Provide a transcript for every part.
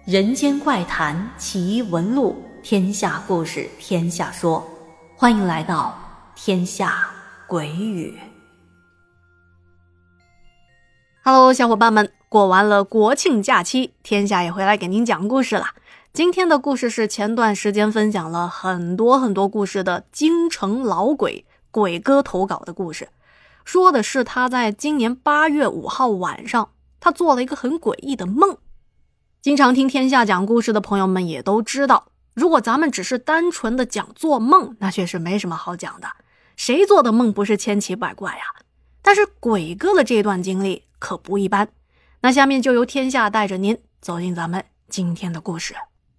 人间怪谈奇闻录，天下故事天下说，欢迎来到天下鬼语。 Hello， 小伙伴们，过完了国庆假期，天下也回来给您讲故事了。今天的故事是前段时间分享了很多故事的京城老鬼鬼哥投稿的故事，说的是他在今年8月5号晚上，他做了一个很诡异的梦。经常听天下讲故事的朋友们也都知道，如果咱们只是单纯的讲做梦，那确实没什么好讲的，谁做的梦不是千奇百怪呀？但是鬼哥的这段经历可不一般。那下面就由天下带着您走进咱们今天的故事。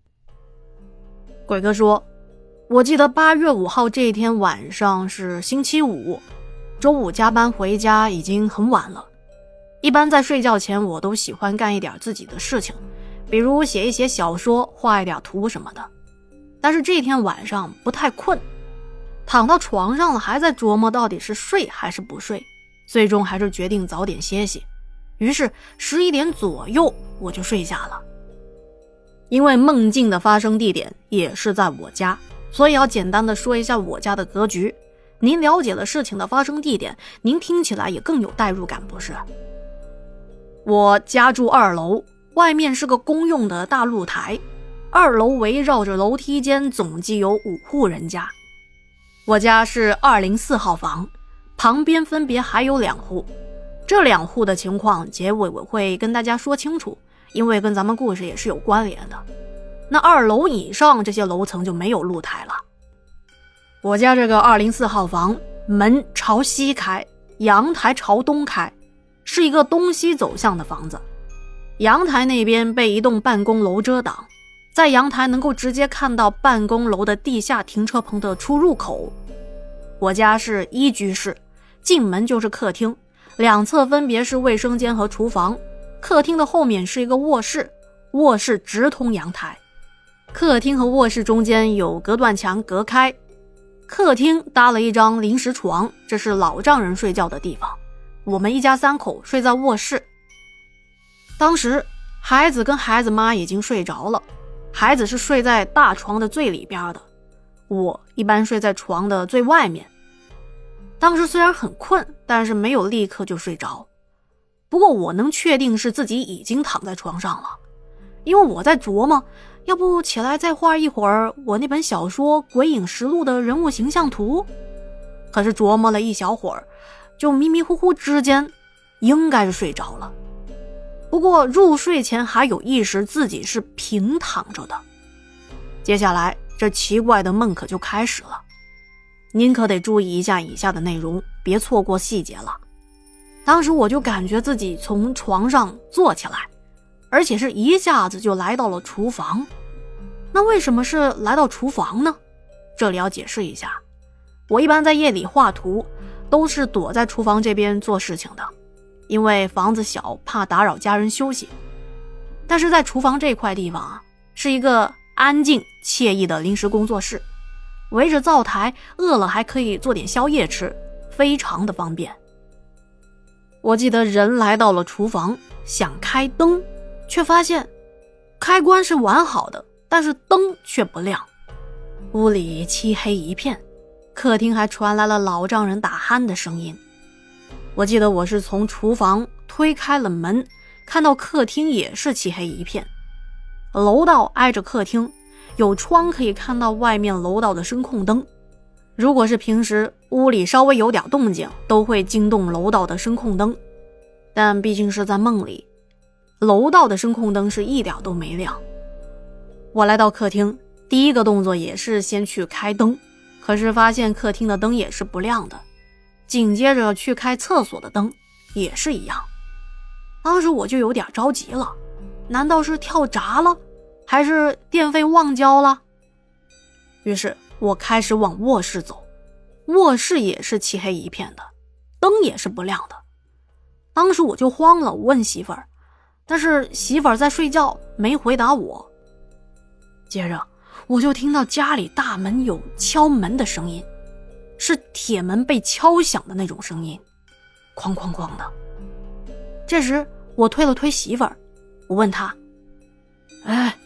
鬼哥说，我记得8月5号这一天晚上是星期五，周五加班回家已经很晚了。一般在睡觉前我都喜欢干一点自己的事情，比如写一写小说，画一点图什么的。但是这天晚上不太困，躺到床上了，还在琢磨到底是睡还是不睡，最终还是决定早点歇息。于是11点左右我就睡下了。因为梦境的发生地点也是在我家，所以要简单的说一下我家的格局。您了解了事情的发生地点，您听起来也更有代入感，不是？我家住2楼，外面是个公用的大露台，2楼围绕着楼梯间，总计有5户人家。我家是204号房，旁边分别还有2户，这2户的情况结尾我会跟大家说清楚，因为跟咱们故事也是有关联的。那2楼以上这些楼层就没有露台了。我家这个204号房门朝西开，阳台朝东开，是一个东西走向的房子。阳台那边被一栋办公楼遮挡，在阳台能够直接看到办公楼的地下停车棚的出入口。我家是1居室，进门就是客厅，两侧分别是卫生间和厨房，客厅的后面是一个卧室，卧室直通阳台，客厅和卧室中间有隔断墙隔开。客厅搭了一张临时床，这是老丈人睡觉的地方，我们一家3口睡在卧室。当时孩子跟孩子妈已经睡着了，孩子是睡在大床的最里边的，我一般睡在床的最外面。当时虽然很困，但是没有立刻就睡着，不过我能确定是自己已经躺在床上了，因为我在琢磨，要不起来再画一会儿我那本小说《鬼影实录》的人物形象图。可是琢磨了一小会儿，就迷迷糊糊之间应该是睡着了。不过入睡前还有意识自己是平躺着的。接下来这奇怪的梦可就开始了，您可得注意一下以下的内容，别错过细节了。当时我就感觉自己从床上坐起来，而且是一下子就来到了厨房。那为什么是来到厨房呢？这里要解释一下，我一般在夜里画图都是躲在厨房这边做事情的，因为房子小，怕打扰家人休息。但是在厨房这块地方啊，是一个安静惬意的临时工作室，围着灶台，饿了还可以做点宵夜吃，非常的方便。我记得人来到了厨房，想开灯，却发现开关是完好的，但是灯却不亮。屋里漆黑一片，客厅还传来了老丈人打鼾的声音。我记得我是从厨房推开了门，看到客厅也是漆黑一片，楼道挨着客厅，有窗可以看到外面楼道的声控灯。如果是平时屋里稍微有点动静，都会惊动楼道的声控灯，但毕竟是在梦里，楼道的声控灯是一点都没亮。我来到客厅，第一个动作也是先去开灯，可是发现客厅的灯也是不亮的。紧接着去开厕所的灯也是一样。当时我就有点着急了，难道是跳闸了，还是电费忘交了？于是我开始往卧室走，卧室也是漆黑一片的，灯也是不亮的。当时我就慌了，我问媳妇儿，但是媳妇儿在睡觉，没回答我。接着我就听到家里大门有敲门的声音，是铁门被敲响的那种声音，哐哐哐的。这时我推了推媳妇儿，我问她，哎，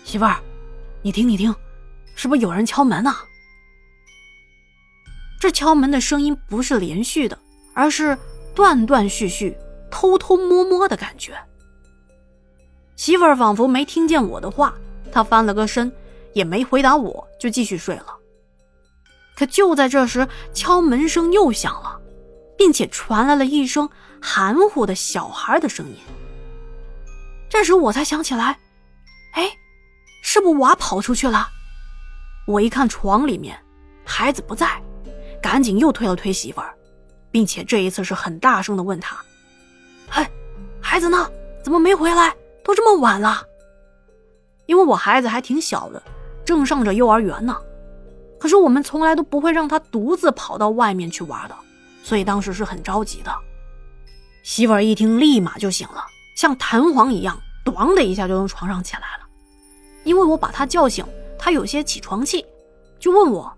媳妇儿，你听，是不是有人敲门啊？这敲门的声音不是连续的，而是断断续续，偷偷摸摸的感觉。媳妇儿仿佛没听见我的话，她翻了个身，也没回答我，就继续睡了。可就在这时，敲门声又响了，并且传来了一声含糊的小孩的声音。这时我才想起来，是不是娃跑出去了？我一看床里面孩子不在，赶紧又推了推媳妇儿，并且这一次是很大声地问她：孩子呢？怎么没回来？都这么晚了。因为我孩子还挺小的，正上着幼儿园呢，可是我们从来都不会让他独自跑到外面去玩的，所以当时是很着急的。媳妇儿一听立马就醒了，像弹簧一样咣的一下就从床上起来了。因为我把他叫醒，他有些起床气，就问我：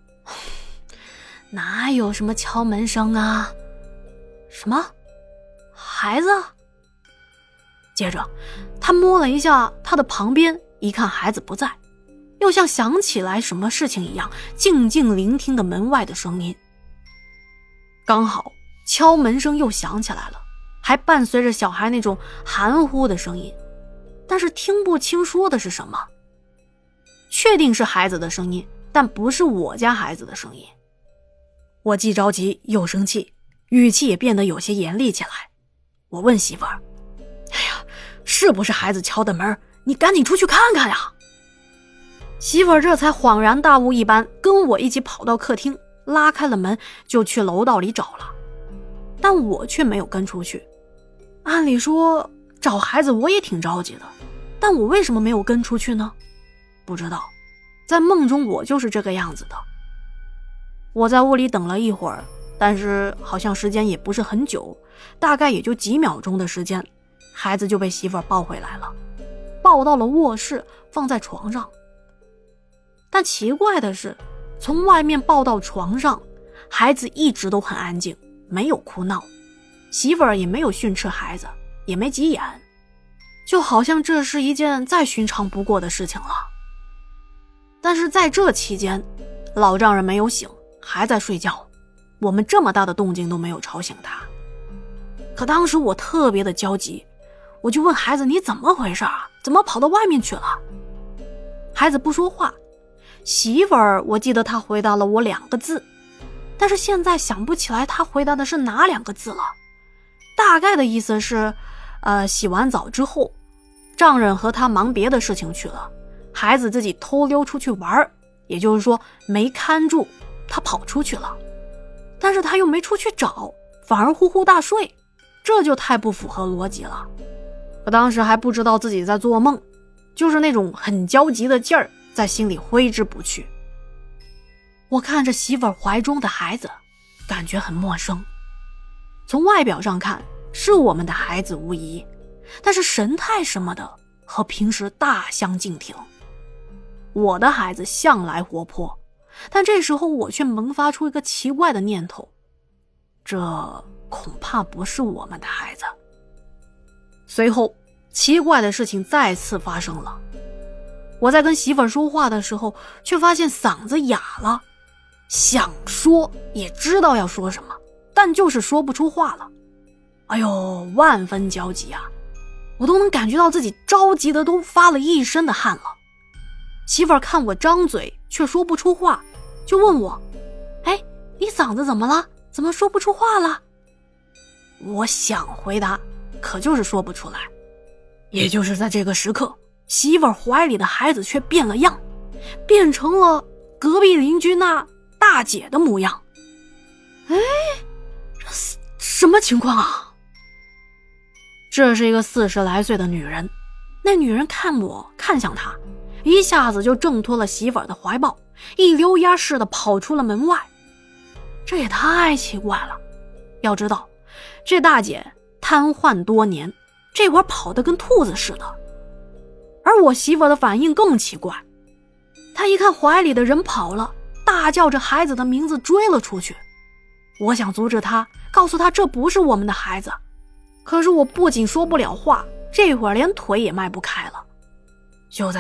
哪有什么敲门声啊？什么？孩子？接着他摸了一下他的旁边，一看孩子不在，又像想起来什么事情一样，静静聆听的门外的声音。刚好敲门声又响起来了，还伴随着小孩那种含糊的声音，但是听不清说的是什么。确定是孩子的声音，但不是我家孩子的声音。我既着急又生气，语气也变得有些严厉起来。我问媳妇儿：是不是孩子敲的门？你赶紧出去看看呀！媳妇儿这才恍然大悟一般，跟我一起跑到客厅，拉开了门就去楼道里找了。但我却没有跟出去。按理说找孩子我也挺着急的，但我为什么没有跟出去呢？不知道，在梦中我就是这个样子的。我在屋里等了一会儿，但是好像时间也不是很久，大概也就几秒钟的时间，孩子就被媳妇儿抱回来了，抱到了卧室，放在床上。但奇怪的是，从外面抱到床上，孩子一直都很安静，没有哭闹，媳妇儿也没有训斥孩子，也没急眼，就好像这是一件再寻常不过的事情了。但是在这期间，老丈人没有醒，还在睡觉，我们这么大的动静都没有吵醒他。可当时我特别的焦急，我就问孩子：你怎么回事啊？怎么跑到外面去了？孩子不说话，媳妇儿我记得他回答了我2个字，但是现在想不起来他回答的是哪2个字了。大概的意思是洗完澡之后，丈人和他忙别的事情去了，孩子自己偷溜出去玩，也就是说没看住，他跑出去了，但是他又没出去找，反而呼呼大睡，这就太不符合逻辑了。我当时还不知道自己在做梦，就是那种很焦急的劲儿在心里挥之不去。我看着媳妇儿怀中的孩子，感觉很陌生。从外表上看是我们的孩子无疑，但是神态什么的和平时大相径庭。我的孩子向来活泼，但这时候我却萌发出一个奇怪的念头，这恐怕不是我们的孩子。随后奇怪的事情再次发生了，我在跟媳妇儿说话的时候，却发现嗓子哑了，想说也知道要说什么，但就是说不出话了。哎呦，万分焦急啊，我都能感觉到自己着急的都发了一身的汗了。媳妇儿看我张嘴却说不出话，就问我：你嗓子怎么了？怎么说不出话了？我想回答，可就是说不出来。也就是在这个时刻，媳妇儿怀里的孩子却变了样，变成了隔壁邻居那大姐的模样。这什么情况啊？这是一个40来岁的女人，那女人看我，看向她，一下子就挣脱了媳妇儿的怀抱，一溜烟似的跑出了门外。这也太奇怪了，要知道这大姐瘫痪多年，这会儿跑得跟兔子似的。而我媳妇儿的反应更奇怪，她一看怀里的人跑了，大叫着孩子的名字追了出去。我想阻止她，告诉她这不是我们的孩子，可是我不仅说不了话，这会儿连腿也迈不开了。就在这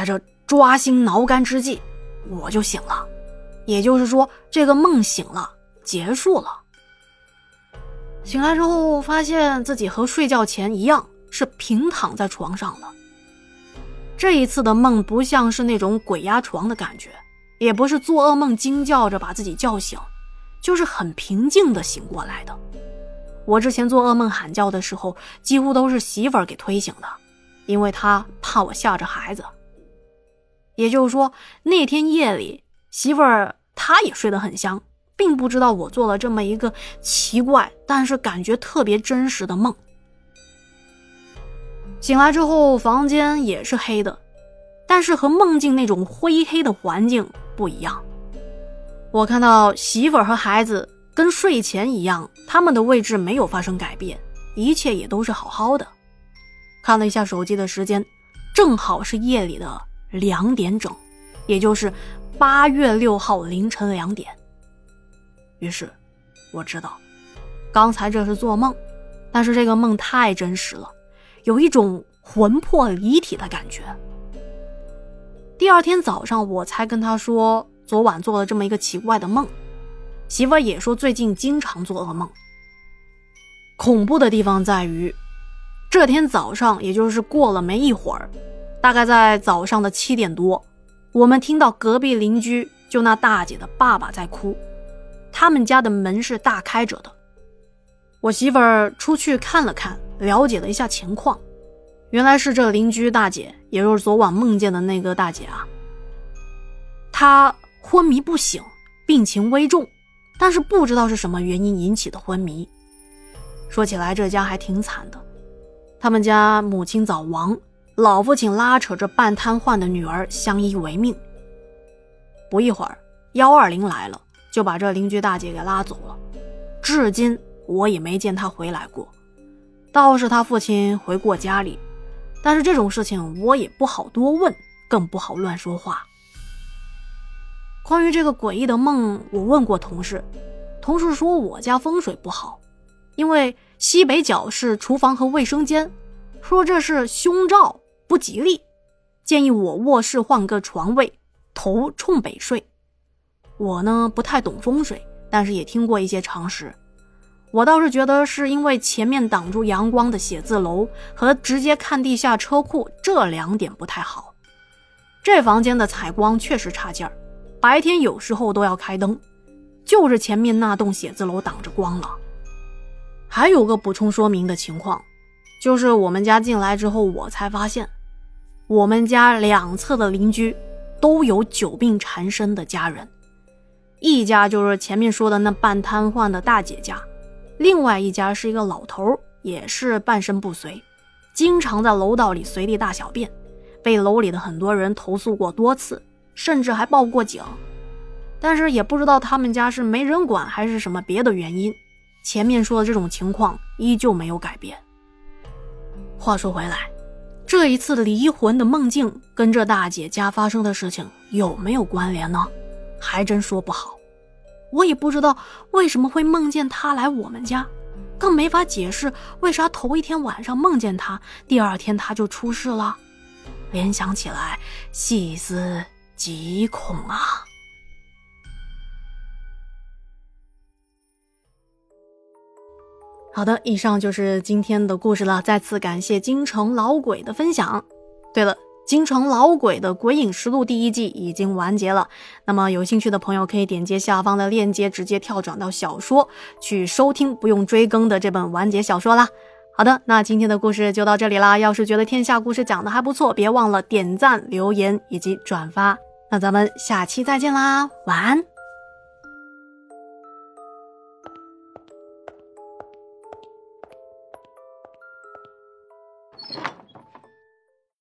抓心挠肝之际，我就醒了。也就是说，这个梦醒了，结束了。醒来之后，发现自己和睡觉前一样，是平躺在床上的。这一次的梦不像是那种鬼压床的感觉，也不是做噩梦惊叫着把自己叫醒，就是很平静的醒过来的。我之前做噩梦喊叫的时候，几乎都是媳妇儿给推醒的，因为她怕我吓着孩子。也就是说，那天夜里，媳妇儿她也睡得很香，并不知道我做了这么一个奇怪但是感觉特别真实的梦。醒来之后，房间也是黑的，但是和梦境那种灰黑的环境不一样。我看到媳妇儿和孩子跟睡前一样，他们的位置没有发生改变，一切也都是好好的。看了一下手机的时间，正好是夜里的2点整，也就是8月6号凌晨2点。于是我知道刚才这是做梦，但是这个梦太真实了，有一种魂魄离体的感觉。第二天早上我才跟他说昨晚做了这么一个奇怪的梦，媳妇儿也说最近经常做噩梦。恐怖的地方在于，这天早上也就是过了没一会儿，大概在早上的7点多，我们听到隔壁邻居就那大姐的爸爸在哭，他们家的门是大开着的。我媳妇儿出去看了看，了解了一下情况，原来是这邻居大姐，也就是昨晚梦见的那个大姐啊，她昏迷不醒，病情危重，但是不知道是什么原因引起的昏迷。说起来这家还挺惨的，他们家母亲早亡，老父亲拉扯着半瘫痪的女儿相依为命。不一会儿120来了，就把这邻居大姐给拉走了，至今我也没见她回来过，倒是她父亲回过家里，但是这种事情我也不好多问，更不好乱说话。关于这个诡异的梦，我问过同事说我家风水不好，因为西北角是厨房和卫生间，说这是凶兆不吉利，建议我卧室换个床位，头冲北睡。我呢不太懂风水，但是也听过一些常识。我倒是觉得是因为前面挡住阳光的写字楼和直接看地下车库这2点不太好。这房间的采光确实差劲儿，白天有时候都要开灯，就是前面那栋写字楼挡着光了。还有个补充说明的情况，就是我们家进来之后，我才发现我们家2侧的邻居都有久病缠身的家人，一家就是前面说的那半瘫痪的大姐家，另外一家是一个老头，也是半身不遂，经常在楼道里随地大小便，被楼里的很多人投诉过多次，甚至还报过警。但是也不知道他们家是没人管还是什么别的原因，前面说的这种情况依旧没有改变。话说回来，这一次离魂的梦境跟这大姐家发生的事情有没有关联呢？还真说不好。我也不知道为什么会梦见她来我们家，更没法解释为啥头一天晚上梦见她，第二天她就出事了。联想起来，细思极恐啊。好的，以上就是今天的故事了，再次感谢京城老鬼的分享。对了，京城老鬼的鬼影实录第1季已经完结了，那么有兴趣的朋友可以点击下方的链接，直接跳转到小说去收听不用追更的这本完结小说啦。好的，那今天的故事就到这里啦，要是觉得天下故事讲得还不错，别忘了点赞、留言以及转发。那咱们下期再见啦，晚安。